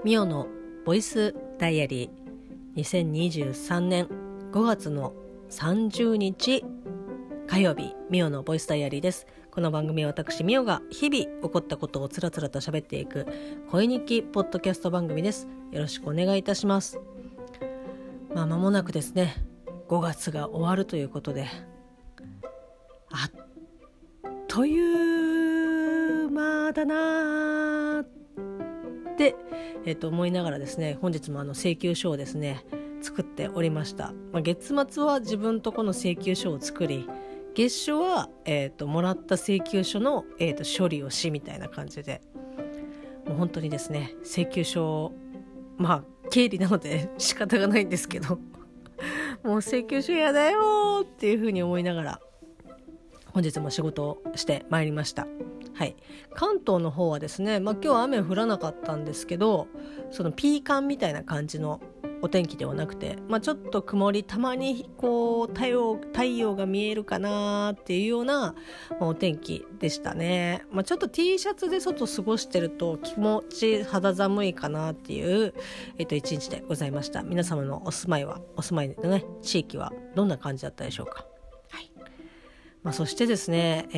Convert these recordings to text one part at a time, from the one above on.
ミオのボイスダイアリー、2023年5月の30日火曜日、ミオのボイスダイアリーです。この番組は私ミオが日々起こったことをつらつらと喋っていく声日記ポッドキャスト番組です。よろしくお願いいたします。間もなくですね、5月が終わるということで、あっという間だなって、思いながらですね、本日も請求書をですね作っておりました。月末は自分とこの請求書を作り、月初は、もらった請求書の、処理をしみたいな感じで、もう本当にですね、請求書経理なので仕方がないんですけどもう請求書やだよっていう風に思いながら本日も仕事をしてまいりました。はい、関東の方はですね、今日は雨降らなかったんですけど、そのピーカンみたいな感じのお天気ではなくて、ちょっと曇り、たまにこう太陽が見えるかなっていうような、お天気でしたね。ちょっと T シャツで外過ごしてると気持ち肌寒いかなっていう、一日でございました。皆様のお住まいのね地域はどんな感じだったでしょうか。はい、そしてですね、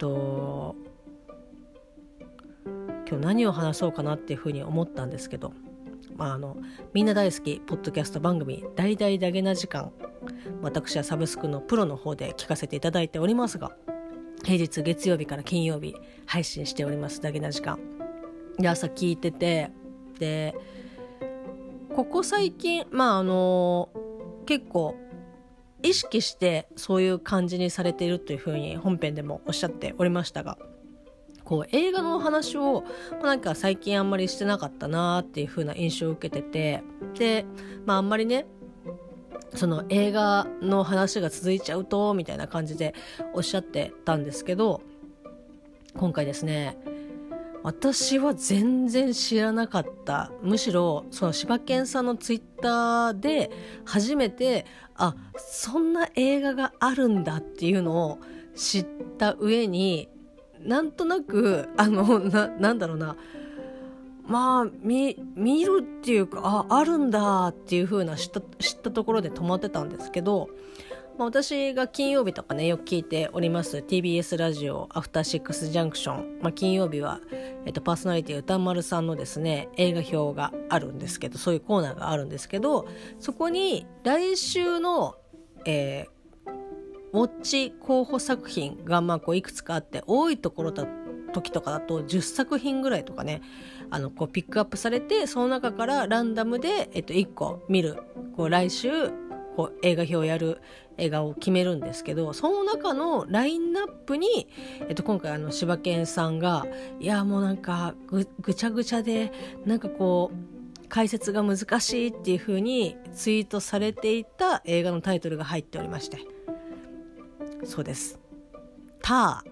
今日何を話そうかなっていうふうに思ったんですけど、みんな大好きポッドキャスト番組大々だげな時間、私はサブスクのプロの方で聞かせていただいておりますが、平日月曜日から金曜日配信しております。だげな時間で朝聞いてて、でここ最近結構意識してそういう感じにされているというふうに本編でもおっしゃっておりましたが、映画の話を最近あんまりしてなかったなっていう風な印象を受けてて、で、あんまりねその映画の話が続いちゃうとみたいな感じでおっしゃってたんですけど、今回ですね、私は全然知らなかった、むしろその柴犬さんのツイッターで初めてそんな映画があるんだっていうのを知った上に、なんとなくなんだろうな、見るっていうか、あるんだっていう風な知ったところで止まってたんですけど、私が金曜日とかねよく聞いております TBS ラジオアフターシックスジャンクション、金曜日は、パーソナリティ歌丸さんのですね映画表があるんですけど、そういうコーナーがあるんですけど、そこに来週の、ウォッチ候補作品がいくつかあって、多い時とかだと10作品ぐらいとかねピックアップされて、その中からランダムで、1個見る来週映画表をやる映画を決めるんですけど、その中のラインナップに、今回柴犬さんがもうぐちゃぐちゃで解説が難しいっていう風にツイートされていた映画のタイトルが入っておりまして、そうです、タ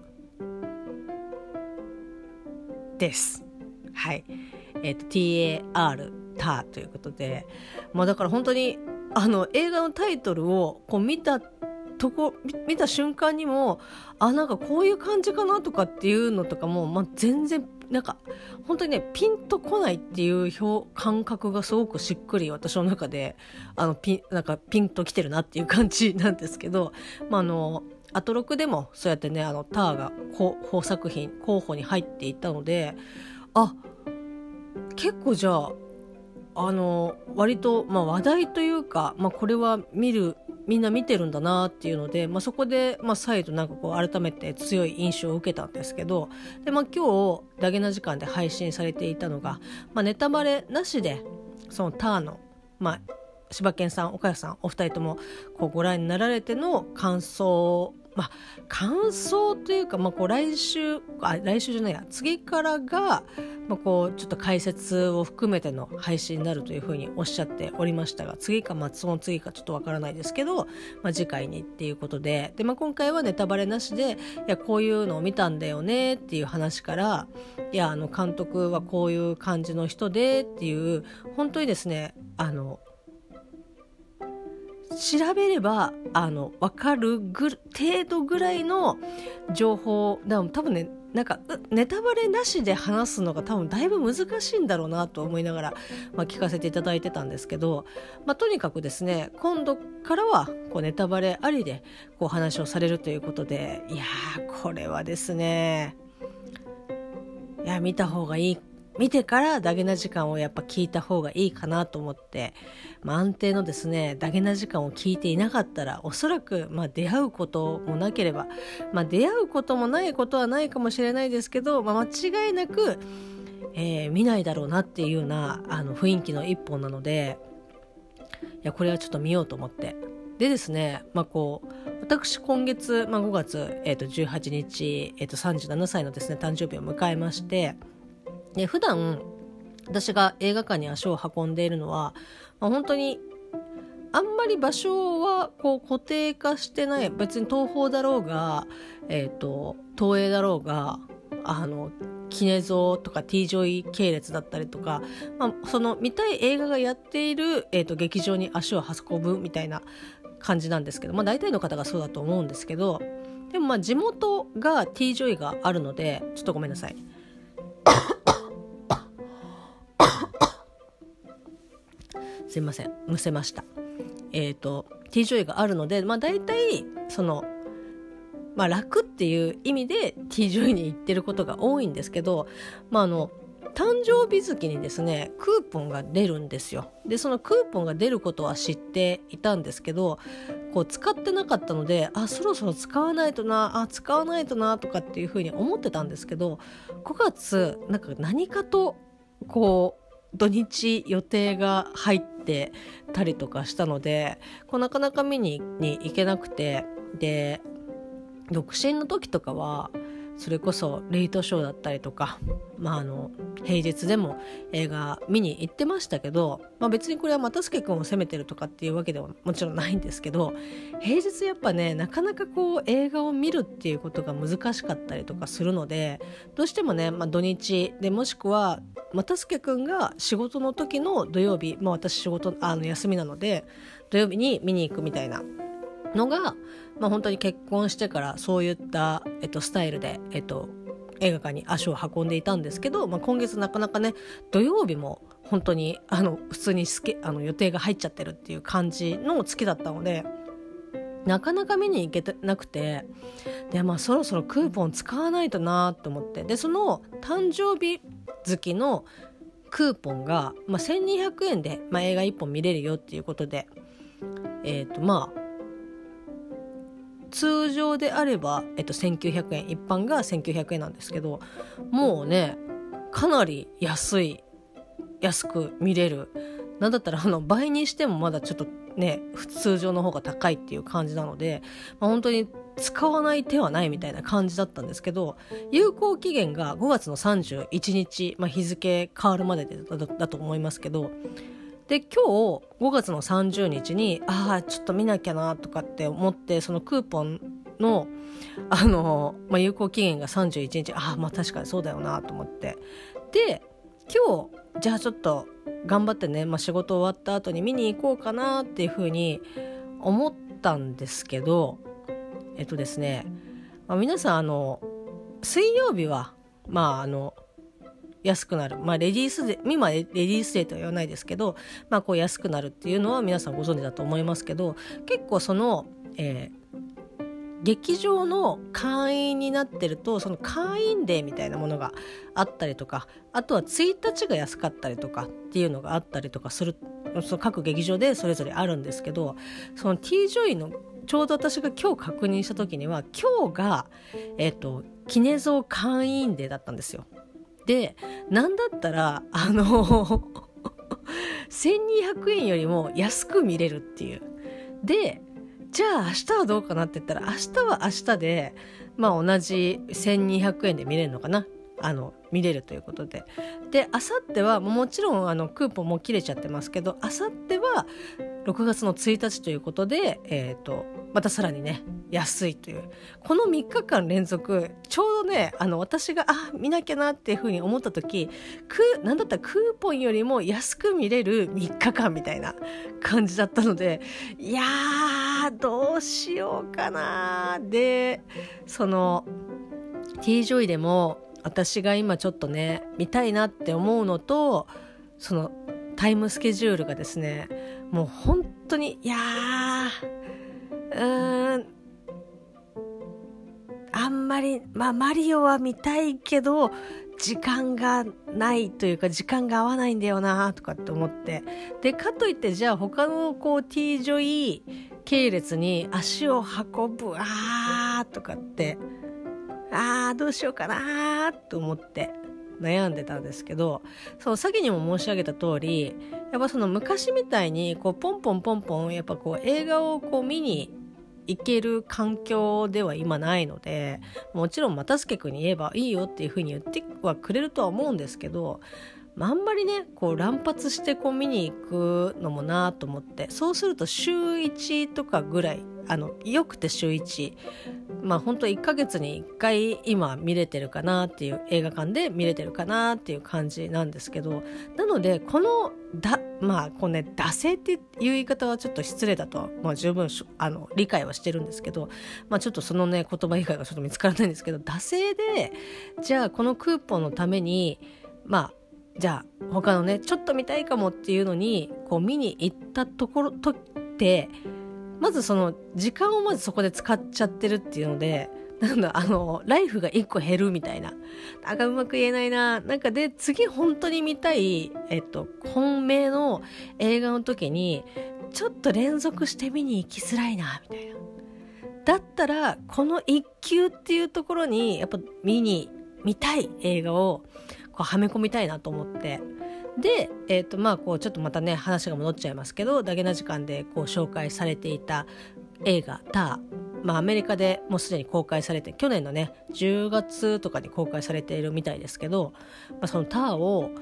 ーです。はい、TAR ターということで、だから本当に映画のタイトルを見た瞬間にもこういう感じかなとかっていうのとかも、全然本当にねピンとこないっていう感覚がすごくしっくり私の中でピンときてるなっていう感じなんですけど、アトロクでもそうやってねターが邦作品候補に入っていたので、結構じゃあ割と話題というか、これはみんな見てるんだなっていうので、そこで再度改めて強い印象を受けたんですけど、で今日ダゲな時間で配信されていたのが、ネタバレなしでそのターの柴犬さん岡谷さんお二人ともご覧になられての感想というか、来週じゃないや次からが、ちょっと解説を含めての配信になるというふうにおっしゃっておりましたが、次かその次かちょっとわからないですけど、次回にっていうことで、今回はネタバレなしでこういうのを見たんだよねっていう話から、監督はこういう感じの人でっていう、本当にですね調べれば分かる程度ぐらいの情報だ。多分ね、なんかネタバレなしで話すのが多分だいぶ難しいんだろうなと思いながら、聞かせていただいてたんですけど、とにかくですね、今度からはネタバレありで話をされるということで、いやー、これはですね、いや見た方がいい、見てからダゲな時間をやっぱ聞いた方がいいかなと思って、安定のですねダゲな時間を聞いていなかったら、おそらく出会うこともなければ、出会うこともないことはないかもしれないですけど、間違いなく、見ないだろうなっていうような雰囲気の一本なので、いやこれはちょっと見ようと思って、でですね、私今月、5月、18日、37歳のですね誕生日を迎えまして、で普段私が映画館に足を運んでいるのは、本当にあんまり場所は固定化してない、別に東宝だろうが、東映だろうが、キネゾとか T ジョイ系列だったりとか、その見たい映画がやっている、劇場に足を運ぶみたいな感じなんですけど、大体の方がそうだと思うんですけど、でも地元が T ジョイがあるので、ちょっとごめんなさいすいません、むせました。T ジョイがあるので、大体その楽っていう意味で T ジョイに行ってることが多いんですけど、誕生日月にですねクーポンが出るんですよ。でそのクーポンが出ることは知っていたんですけど、使ってなかったので、そろそろ使わないとなとかっていうふうに思ってたんですけど、5月何かと土日予定が入ってたりとかしたので、なかなか見に行けなくて、で独身の時とかはそれこそレイトショーだったりとか、平日でも映画見に行ってましたけど、別にこれは又助君を責めてるとかっていうわけではもちろんないんですけど、平日やっぱねなかなか映画を見るっていうことが難しかったりとかするので、どうしてもね、土日でもしくは又助君が仕事の時の土曜日、私仕事休みなので土曜日に見に行くみたいなのが、本当に結婚してからそういった、スタイルで、映画館に足を運んでいたんですけど、今月なかなかね土曜日も本当に普通に予定が入っちゃってるっていう感じの月だったので、なかなか見に行けてなくて、でそろそろクーポン使わないとなと思って、でその誕生日月のクーポンが、1200円で、映画1本見れるよっていうことで、通常であれば、1900円、一般が1900円なんですけど、もうねかなり安く見れる。なんだったら倍にしてもまだちょっとね通常の方が高いっていう感じなので、本当に使わない手はないみたいな感じだったんですけど、有効期限が5月の31日、日付変わるまでだと思いますけど、で今日5月の30日にちょっと見なきゃなとかって思って、そのクーポンの有効期限が31日、確かにそうだよなと思って、で今日じゃあちょっと頑張ってね、仕事終わった後に見に行こうかなっていうふうに思ったんですけど、ですね、皆さん水曜日は安くなる、レディースデー、今レディースデーとは言わないですけど、安くなるっていうのは皆さんご存知だと思いますけど、結構その、劇場の会員になってると、その会員デーみたいなものがあったりとか、あとは1日が安かったりとかっていうのがあったりとかする、その各劇場でそれぞれあるんですけど、その T ジョイのちょうど私が今日確認した時には、今日がキネゾー会員デーだったんですよ。でなんだったら1200円よりも安く見れるっていう。でじゃあ明日はどうかなって言ったら、明日は明日で同じ1200円で見れるのかな。 見れるということで、であさってはもちろんクーポンも切れちゃってますけど、あさっては6月の1日ということで、またさらにね安いという、この3日間連続ちょうどね私が見なきゃなっていうふうに思った時、なんだったらクーポンよりも安く見れる3日間みたいな感じだったので、いやーどうしようかな。でその T ジョイでも私が今ちょっとね見たいなって思うのと、そのタイムスケジュールがですね、もう本当にあんまりマリオは見たいけど時間がないというか時間が合わないんだよなとかって思って、でかといってじゃあ他のT ジョイ系列に足を運ぶとかってどうしようかなと思って悩んでたんですけど、先にも申し上げた通り、やっぱその昔みたいにポンポンポンポンやっぱ映画を見に行ける環境では今ないので、もちろん又助君に言えばいいよっていうふうに言ってはくれるとは思うんですけど、あんまりね乱発して見に行くのもなと思って、そうすると週1とかぐらいよくて週1、本当1ヶ月に1回今見れてるかなっていう、映画館で見れてるかなっていう感じなんですけど、なのでこの惰性っていう言い方はちょっと失礼だとは、十分理解はしてるんですけど、ちょっとそのね言葉以外がちょっと見つからないんですけど、惰性でじゃあこのクーポンのためにじゃあ他のねちょっと見たいかもっていうのに見に行ったとってまずその時間をまずそこで使っちゃってるっていうので、ライフが1個減るみたいな、うまく言えないな。で次本当に見たい本命の映画の時にちょっと連続して見に行きづらいなみたいな、だったらこの1級っていうところにやっぱ見たい映画をはめ込みたいなと思って、で、ちょっとまたね話が戻っちゃいますけど、ダゲな時間で紹介されていた映画ター、アメリカでもうすでに公開されて、去年のね10月とかに公開されているみたいですけど、そのター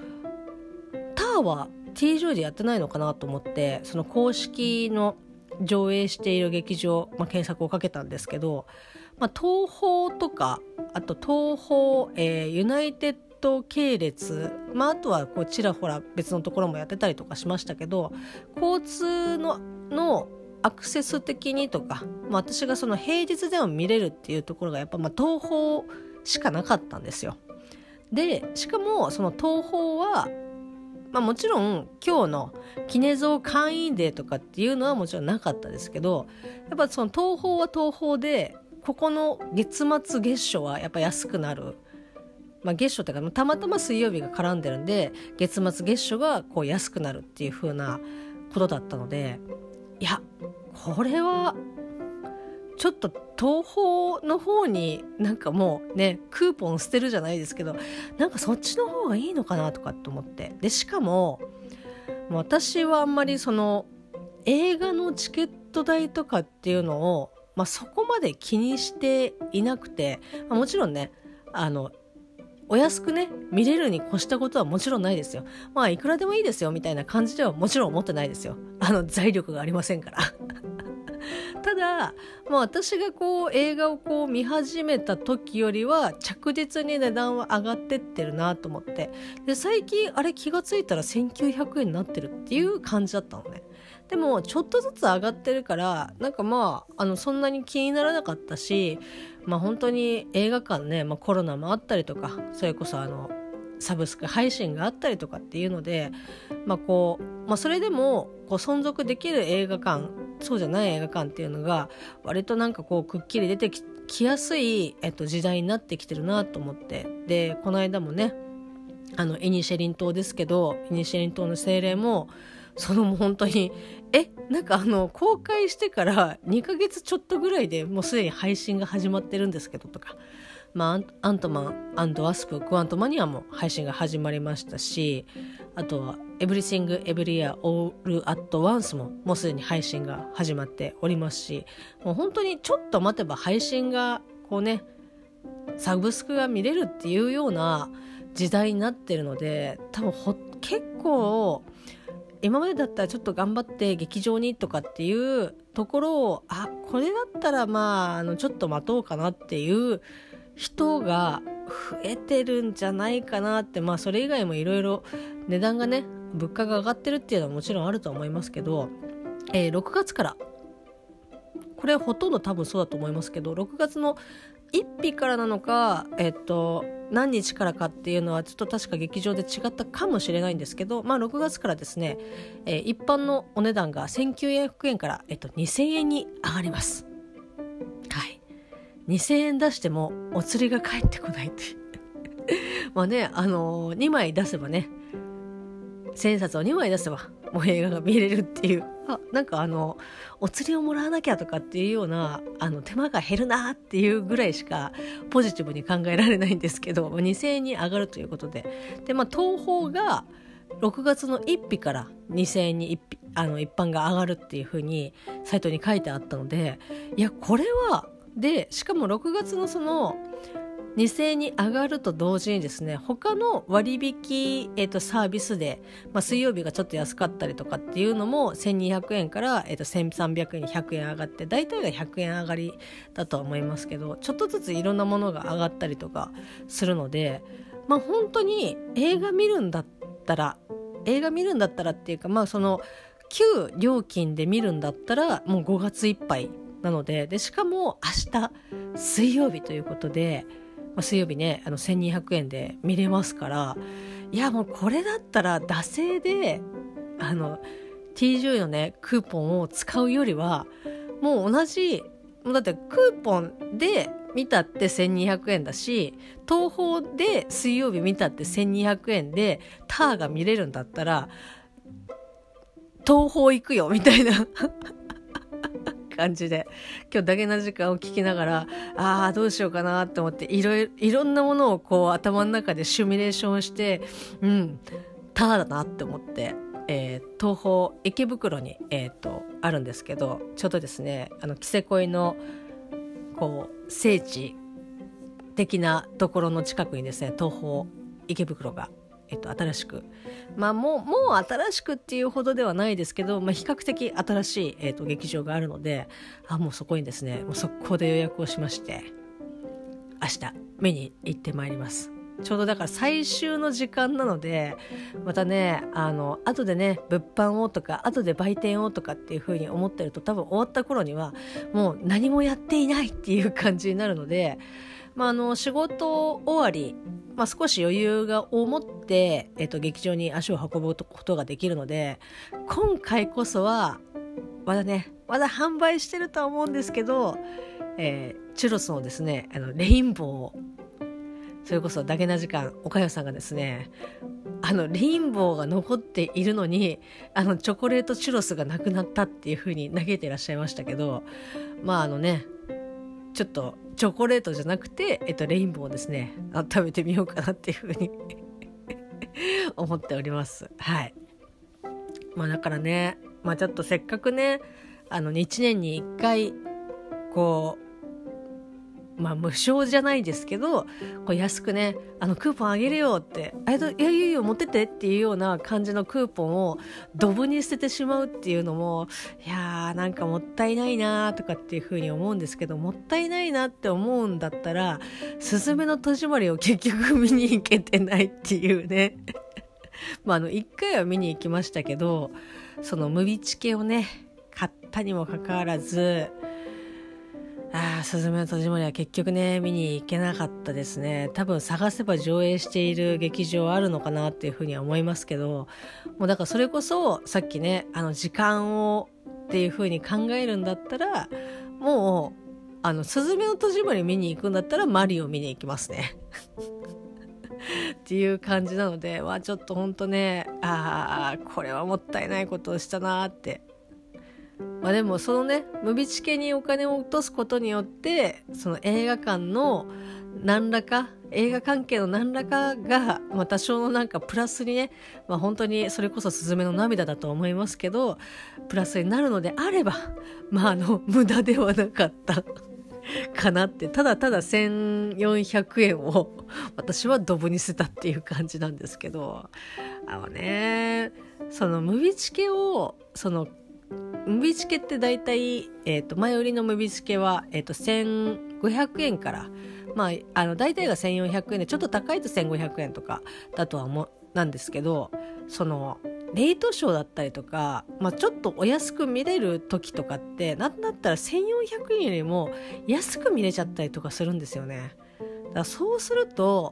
は T ジョイでやってないのかなと思って、その公式の上映している劇場、検索をかけたんですけど、東宝とかあと東宝、ユナイテッド系列、あとはちらほら別のところもやってたりとかしましたけど、交通のアクセス的にとか、私がその平日でも見れるっていうところがやっぱ東宝しかなかったんですよ。でしかもその東宝はもちろん今日のキネゾー会員デーとかっていうのはもちろんなかったですけど、やっぱその東宝は東宝でここの月末月初はやっぱ安くなる、月初というかたまたま水曜日が絡んでるんで月末月初が安くなるっていう風なことだったので、いやこれはちょっと東宝の方にもうねクーポン捨てるじゃないですけど、そっちの方がいいのかなとかって思って、でしかも私はあんまりその映画のチケット代とかっていうのを、そこまで気にしていなくて、もちろんねお安くね見れるに越したことはもちろんないですよ。いくらでもいいですよみたいな感じではもちろん思ってないですよ。財力がありませんからただ、私が映画を見始めた時よりは着実に値段は上がってってるなと思って、で最近気がついたら1900円になってるっていう感じだったのね。でもちょっとずつ上がってるからそんなに気にならなかったし、本当に映画館ね、コロナもあったりとか、それこそサブスク配信があったりとかっていうので、それでも存続できる映画館、そうじゃない映画館っていうのが割とくっきり出てきやすい、時代になってきてるなと思って、でこの間もねイニシェリン島ですけど、イニシェリン島の精霊ももう本当に公開してから2ヶ月ちょっとぐらいでもうすでに配信が始まってるんですけどとか、アントマン&ワスプ・クワントマニアも配信が始まりましたし、あとはエブリシング・エブリア・オール・アット・ワンスももうすでに配信が始まっておりますし、もう本当にちょっと待てば配信がサブスクが見れるっていうような時代になってるので、多分結構今までだったらちょっと頑張って劇場にとかっていうところをこれだったらちょっと待とうかなっていう人が増えてるんじゃないかなって。それ以外もいろいろ値段がね、物価が上がってるっていうのはもちろんあると思いますけど、6月からこれほとんど多分そうだと思いますけど、6月の1日からなのか、何日からかっていうのはちょっと確か劇場で違ったかもしれないんですけど、6月からですね、一般のお値段が1900円から、2000円に上がります。はい。2000円出してもお釣りが返ってこないって2枚出せばね、1000円札を2枚出せばもう映画が見れるっていう、お釣りをもらわなきゃとかっていうような手間が減るなっていうぐらいしかポジティブに考えられないんですけど、2000円に上がるということで、東宝が6月の1日から2000円に一般が上がるっていう風にサイトに書いてあったので、いやこれはで、しかも6月のその2000円に上がると同時にですね、他の割引、サービスで、水曜日がちょっと安かったりとかっていうのも1200円から、1300円に100円上がって、大体が100円上がりだとは思いますけど、ちょっとずついろんなものが上がったりとかするので、本当に映画見るんだったらっていうか、その旧料金で見るんだったらもう5月いっぱいなので、しかも明日水曜日ということで、水曜日ね1200円で見れますから、いやもうこれだったら惰性でTJ のねクーポンを使うよりは、もうだってクーポンで見たって1200円だし、東宝で水曜日見たって1200円でターが見れるんだったら東宝行くよみたいな感じで、今日だけな時間を聞きながらどうしようかなって思って、いろんなものをこう頭の中でシミュレーションして、ターだなって思って、東宝池袋に、あるんですけど、ちょうどですねキセコイのこう聖地的なところの近くにですね、東宝池袋が新しく、もう新しくっていうほどではないですけど、比較的新しい、劇場があるので、もうそこにですね、もう速攻で予約をしまして、明日見に行ってまいります。ちょうどだから最終の時間なので、またね後でね物販をとか後で売店をとかっていう風に思ってると、多分終わった頃にはもう何もやっていないっていう感じになるので、仕事終わり、少し余裕を持って、劇場に足を運ぶことができるので、今回こそはまだ販売してるとは思うんですけど、チュロスのですねレインボー、それこそだけな時間おかよさんがですねレインボーが残っているのにチョコレートチュロスがなくなったっていう風に嘆いていらっしゃいましたけど、ちょっとチョコレートじゃなくて、レインボーをですね食べてみようかなっていう風に思っております。はい。だからね、ちょっとせっかくね1年に1回こう無償じゃないですけど、こう安くねクーポンあげるよって、いやいや持ってってっていうような感じのクーポンをドブに捨ててしまうっていうのも、いやーもったいないなとかっていう風に思うんですけど、もったいないなって思うんだったらすずめの戸締まりを結局見に行けてないっていうね1回は見に行きましたけど、そのムビチケをね買ったにもかかわらず、すずめの戸締まりは結局ね見に行けなかったですね。多分探せば上映している劇場あるのかなっていうふうには思いますけど、もうだからそれこそさっきね時間をっていうふうに考えるんだったら、もうすずめの戸締まり見に行くんだったらマリオ見に行きますねっていう感じなので、ちょっとほんとねこれはもったいないことをしたなって。でもそのねムビチケにお金を落とすことによって、その映画館の何らか映画関係の何らかが、多少のプラスにね、本当にそれこそスズメの涙だと思いますけど、プラスになるのであれば無駄ではなかったかなって、ただただ1400円を私はドブに捨てたっていう感じなんですけど、そのムビチケを、ムビチケって大体、前売りのムビチケは、1500円から、大体が1400円で、ちょっと高いと1500円とかだとはなんですけど、そのレイトショーだったりとか、ちょっとお安く見れる時とかって、なんだったら1400円よりも安く見れちゃったりとかするんですよね。だからそうすると、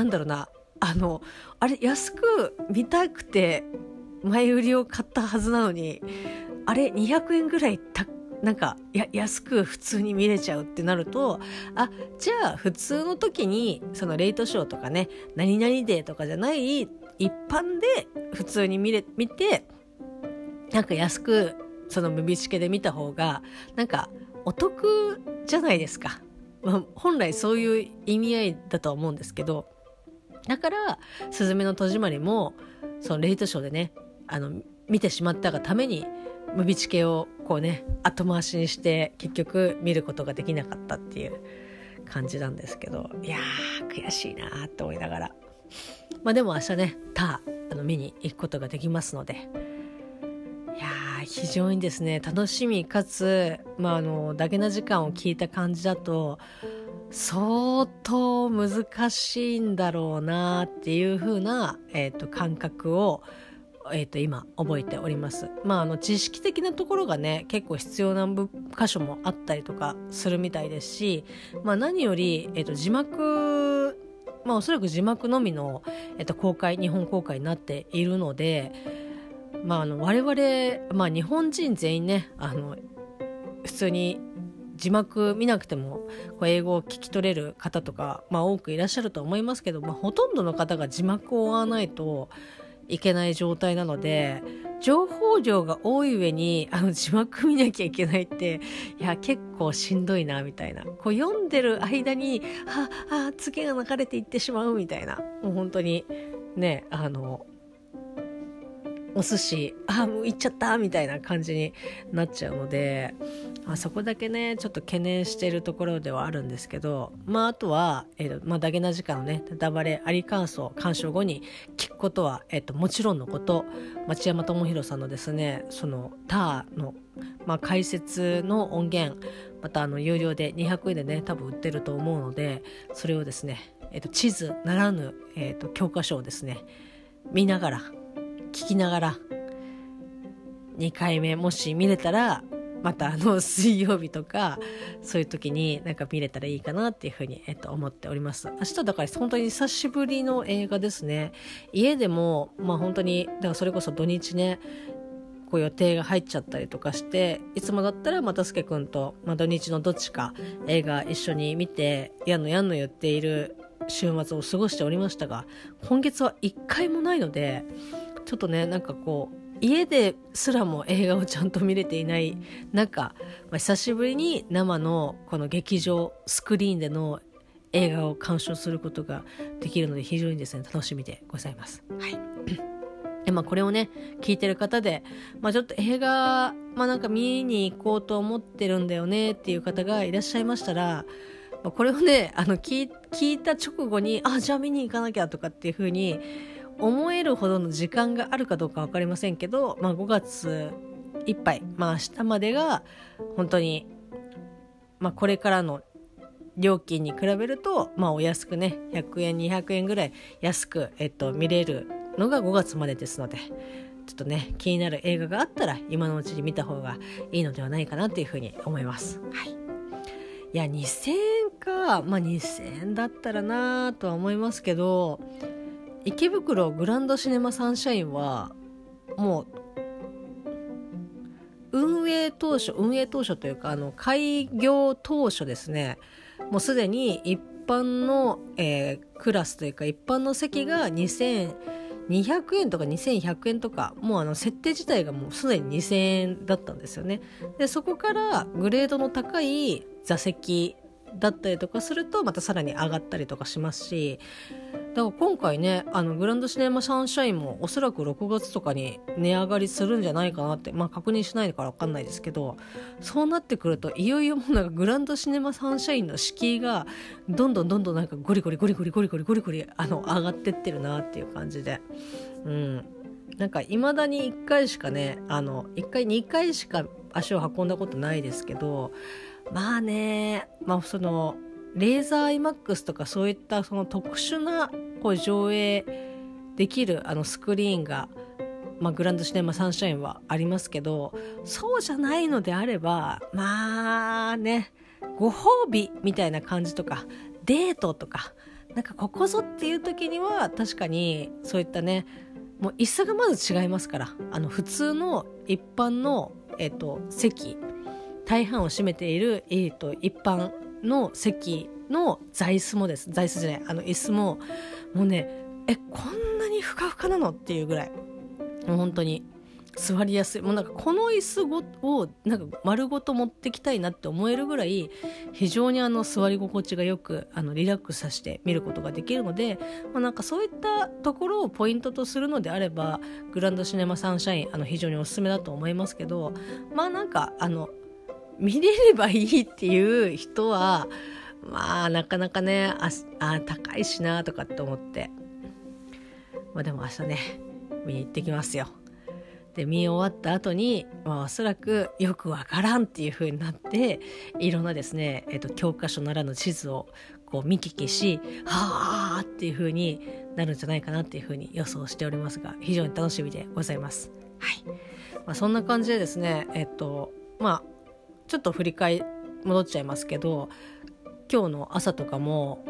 あれ安く見たくて前売りを買ったはずなのに、あれ200円ぐらい安く普通に見れちゃうってなると、じゃあ普通の時にそのレイトショーとかね、何々デーとかじゃない一般で普通に見て、安くそのムビチケで見た方がお得じゃないですか。本来そういう意味合いだとは思うんですけど、だからすずめの戸締まりもそのレイトショーでね、見てしまったがためにムビチケをこうね後回しにして結局見ることができなかったっていう感じなんですけど、いやー悔しいなって思いながら、でも明日ね見に行くことができますので、いやー非常にですね楽しみかつ、だけな時間を聞いた感じだと相当難しいんだろうなっていう風な、感覚を今覚えております。知識的なところがね結構必要な箇所もあったりとかするみたいですし、何より、字幕、おそらく字幕のみの、日本公開になっているので、我々、日本人全員ね普通に字幕見なくても英語を聞き取れる方とか、多くいらっしゃると思いますけど、ほとんどの方が字幕を追わないといけない状態なので、情報量が多い上に字幕見なきゃいけないって、結構しんどいなみたいな、読んでる間に次が流れていってしまうみたいな、もう本当にねお寿司もう行っちゃったみたいな感じになっちゃうので、そこだけねちょっと懸念しているところではあるんですけど、あとは、ダゲな時間のねネタバレあり感想鑑賞後に聞くことは、もちろんのこと、町山智博さんのですねそのターの、解説の音源、また有料で200円でね多分売ってると思うので、それをですね、地図ならぬ、教科書をですね見ながら聞きながら2回目もし見れたら、また水曜日とかそういう時に見れたらいいかなっていうふうに、思っております。明日だから本当に久しぶりの映画ですね。家でも本当にだからそれこそ土日ね予定が入っちゃったりとかして、いつもだったら又助くんと、土日のどっちか映画一緒に見てやんの言っている週末を過ごしておりましたが、今月は1回もないので、ちょっとね家ですらも映画をちゃんと見れていない中、久しぶりに生のこの劇場スクリーンでの映画を鑑賞することができるので、非常にですね楽しみでございます。でこれをね聞いてる方で、ちょっと映画、見に行こうと思ってるんだよねっていう方がいらっしゃいましたら、これをね聞いた直後にじゃあ見に行かなきゃとかっていう風に思えるほどの時間があるかどうか分かりませんけど、5月いっぱい、明日までが本当に、これからの料金に比べると、お安くね100円200円ぐらい安く、見れるのが5月までですので、ちょっとね気になる映画があったら今のうちに見た方がいいのではないかなっていうふうに思います。いや2000円か、2000円だったらなとは思いますけど、池袋グランドシネマサンシャインはもう運営当初というか開業当初ですね、もうすでに一般の、クラスというか一般の席が2200円とか2100円とか、もう設定自体がもうすでに2000円だったんですよね。でそこからグレードの高い座席だったりとかするとまたさらに上がったりとかしますし、だから今回ねグランドシネマサンシャインもおそらく6月とかに値上がりするんじゃないかなって、確認しないから分かんないですけど、そうなってくるといよいよもうなんかグランドシネマサンシャインの敷居がどんどんなんかゴリゴリ上がってってるなっていう感じで、なんか未だに1回しかね1回2回しか足を運んだことないですけど、そのレーザー IMAX とかそういったその特殊な上映できるスクリーンが、グランドシネマサンシャインはありますけど、そうじゃないのであればご褒美みたいな感じとかデートとかなんかここぞっていう時には確かにそういったね、もう椅子がまず違いますから、普通の一般の、席大半を占めている、一般の席の座椅子もです座椅子じゃない椅子ももうねこんなにふかふかなのっていうぐらいもう本当に座りやすい、もうなんかこの椅子をなんか丸ごと持ってきたいなって思えるぐらい非常に座り心地がよくリラックスさせて見ることができるので、なんかそういったところをポイントとするのであればグランドシネマサンシャイン非常におすすめだと思いますけど、なんか見れればいいっていう人はなかなかね高いしなとかって思って、でも明日ね見に行ってきますよ。で見終わった後に、おそらくよくわからんっていう風になっていろんなですね、教科書ならぬ地図を見聞きしはーっていう風になるんじゃないかなっていう風に予想しておりますが、非常に楽しみでございます。はい、そんな感じでですねちょっと戻っちゃいますけど、今日の朝とかも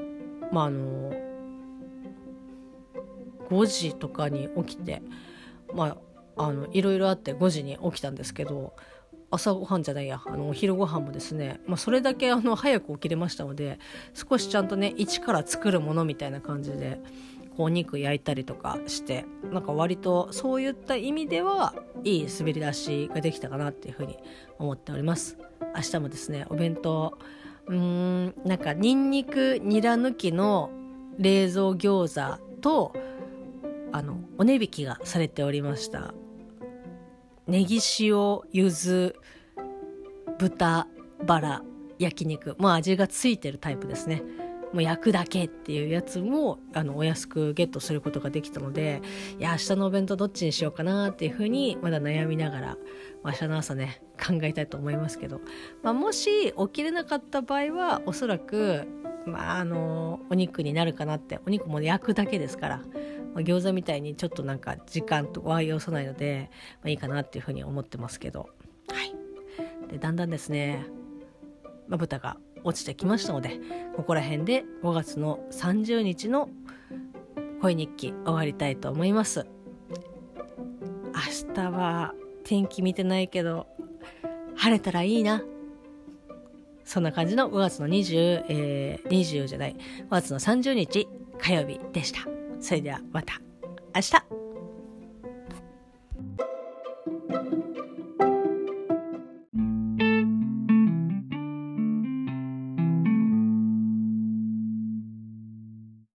5時とかに起きていろいろあって5時に起きたんですけど、朝ごはんじゃないやお昼ご飯もですね、それだけ早く起きれましたので、少しちゃんとね一から作るものみたいな感じでお肉焼いたりとかして、なんか割とそういった意味ではいい滑り出しができたかなっていうふうに思っております。明日もですねお弁当なんかニンニクニラ抜きの冷蔵餃子とお値引きがされておりましたネギ塩柚子豚バラ焼肉、味がついてるタイプですね。もう焼くだけっていうやつもお安くゲットすることができたので、いや明日のお弁当どっちにしようかなっていうふうにまだ悩みながら、明日の朝ね考えたいと思いますけど、もし起きれなかった場合はおそらくお肉になるかなって。お肉も焼くだけですから、餃子みたいにちょっとなんか時間とは要さないので、いいかなっていうふうに思ってますけど、でだんだんですね、豚が落ちてきましたので、ここら辺で5月の30日の恋日記終わりたいと思います。明日は天気見てないけど晴れたらいいな。そんな感じの5月の5月の30日火曜日でした。それではまた明日。